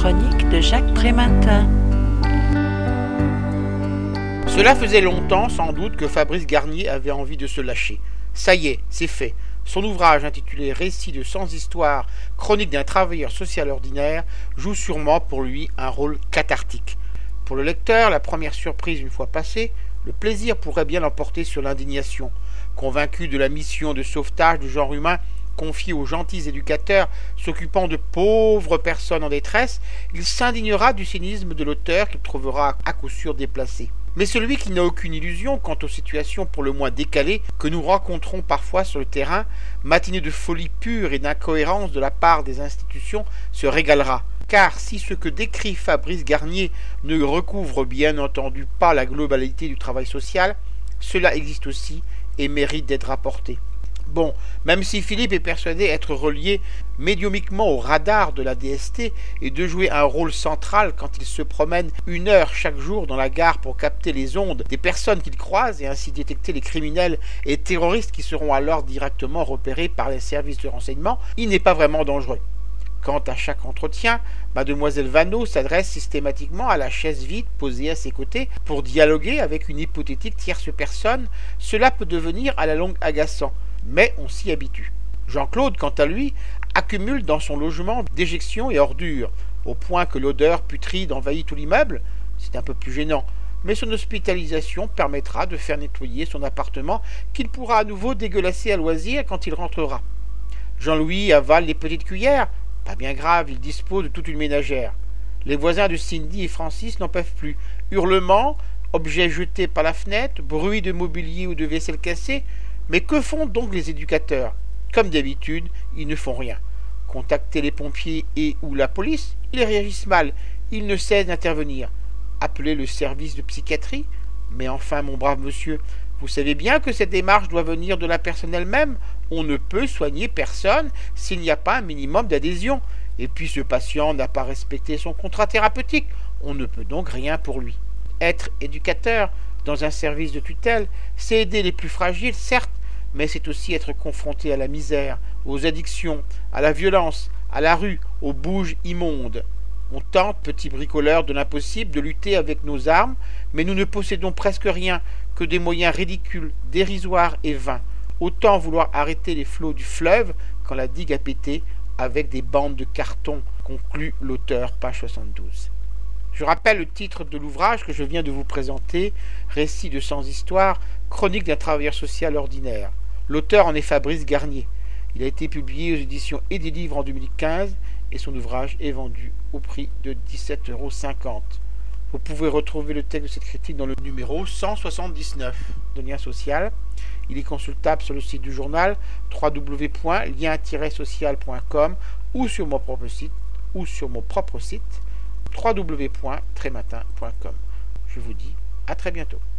chronique de Jacques Prématin. Cela faisait longtemps, sans doute, que Fabrice Garnier avait envie de se lâcher. Ça y est, c'est fait. Son ouvrage intitulé Récits de sans histoire, chronique d'un travailleur social ordinaire, joue sûrement pour lui un rôle cathartique. Pour le lecteur, la première surprise une fois passée, le plaisir pourrait bien l'emporter sur l'indignation. Convaincu de la mission de sauvetage du genre humain confiée aux gentils éducateurs s'occupant de pauvres personnes en détresse, il s'indignera du cynisme de l'auteur qu'il trouvera à coup sûr déplacé. Mais celui qui n'a aucune illusion quant aux situations pour le moins décalées que nous rencontrons parfois sur le terrain, matinées de folie pure et d'incohérence de la part des institutions, se régalera. Car si ce que décrit Fabrice Garnier ne recouvre bien entendu pas la globalité du travail social, cela existe aussi et mérite d'être rapporté. Bon, même si Philippe est persuadé être relié médiumiquement au radar de la DST et de jouer un rôle central quand il se promène 1 heure chaque jour dans la gare pour capter les ondes des personnes qu'il croise et ainsi détecter les criminels et terroristes qui seront alors directement repérés par les services de renseignement, il n'est pas vraiment dangereux. Quant à chaque entretien, Mademoiselle Vanneau s'adresse systématiquement à la chaise vide posée à ses côtés pour dialoguer avec une hypothétique tierce personne. Cela peut devenir à la longue agaçant, mais on s'y habitue. Jean-Claude, quant à lui, accumule dans son logement déjections et ordures, au point que l'odeur putride envahit tout l'immeuble. C'est un peu plus gênant, mais son hospitalisation permettra de faire nettoyer son appartement qu'il pourra à nouveau dégueulasser à loisir quand il rentrera. Jean-Louis avale les petites cuillères. Pas bien grave, il dispose de toute une ménagère. Les voisins de Cindy et Francis n'en peuvent plus. Hurlements, objets jetés par la fenêtre, bruit de mobilier ou de vaisselle cassée. Mais que font donc les éducateurs? Comme d'habitude, ils ne font rien. Contacter les pompiers et ou la police, ils réagissent mal. Ils ne cessent d'intervenir. Appeler le service de psychiatrie? Mais enfin, mon brave monsieur, vous savez bien que cette démarche doit venir de la personne elle-même. On ne peut soigner personne s'il n'y a pas un minimum d'adhésion. Et puis ce patient n'a pas respecté son contrat thérapeutique. On ne peut donc rien pour lui. Être éducateur dans un service de tutelle, c'est aider les plus fragiles, certes, mais c'est aussi être confronté à la misère, aux addictions, à la violence, à la rue, aux bouges immondes. On tente, petits bricoleurs de l'impossible, de lutter avec nos armes, mais nous ne possédons presque rien que des moyens ridicules, dérisoires et vains. Autant vouloir arrêter les flots du fleuve quand la digue a pété avec des bandes de carton, conclut l'auteur, page 72. Je rappelle le titre de l'ouvrage que je viens de vous présenter, Récits de sans histoire, chronique d'un travailleur social ordinaire. L'auteur en est Fabrice Garnier. Il a été publié aux éditions Et des Livres en 2015 et son ouvrage est vendu au prix de 17,50 €. Vous pouvez retrouver le texte de cette critique dans le numéro 179 de Lien Social. Il est consultable sur le site du journal www.lien-social.com ou sur mon propre site www.trématin.com. Je vous dis à très bientôt.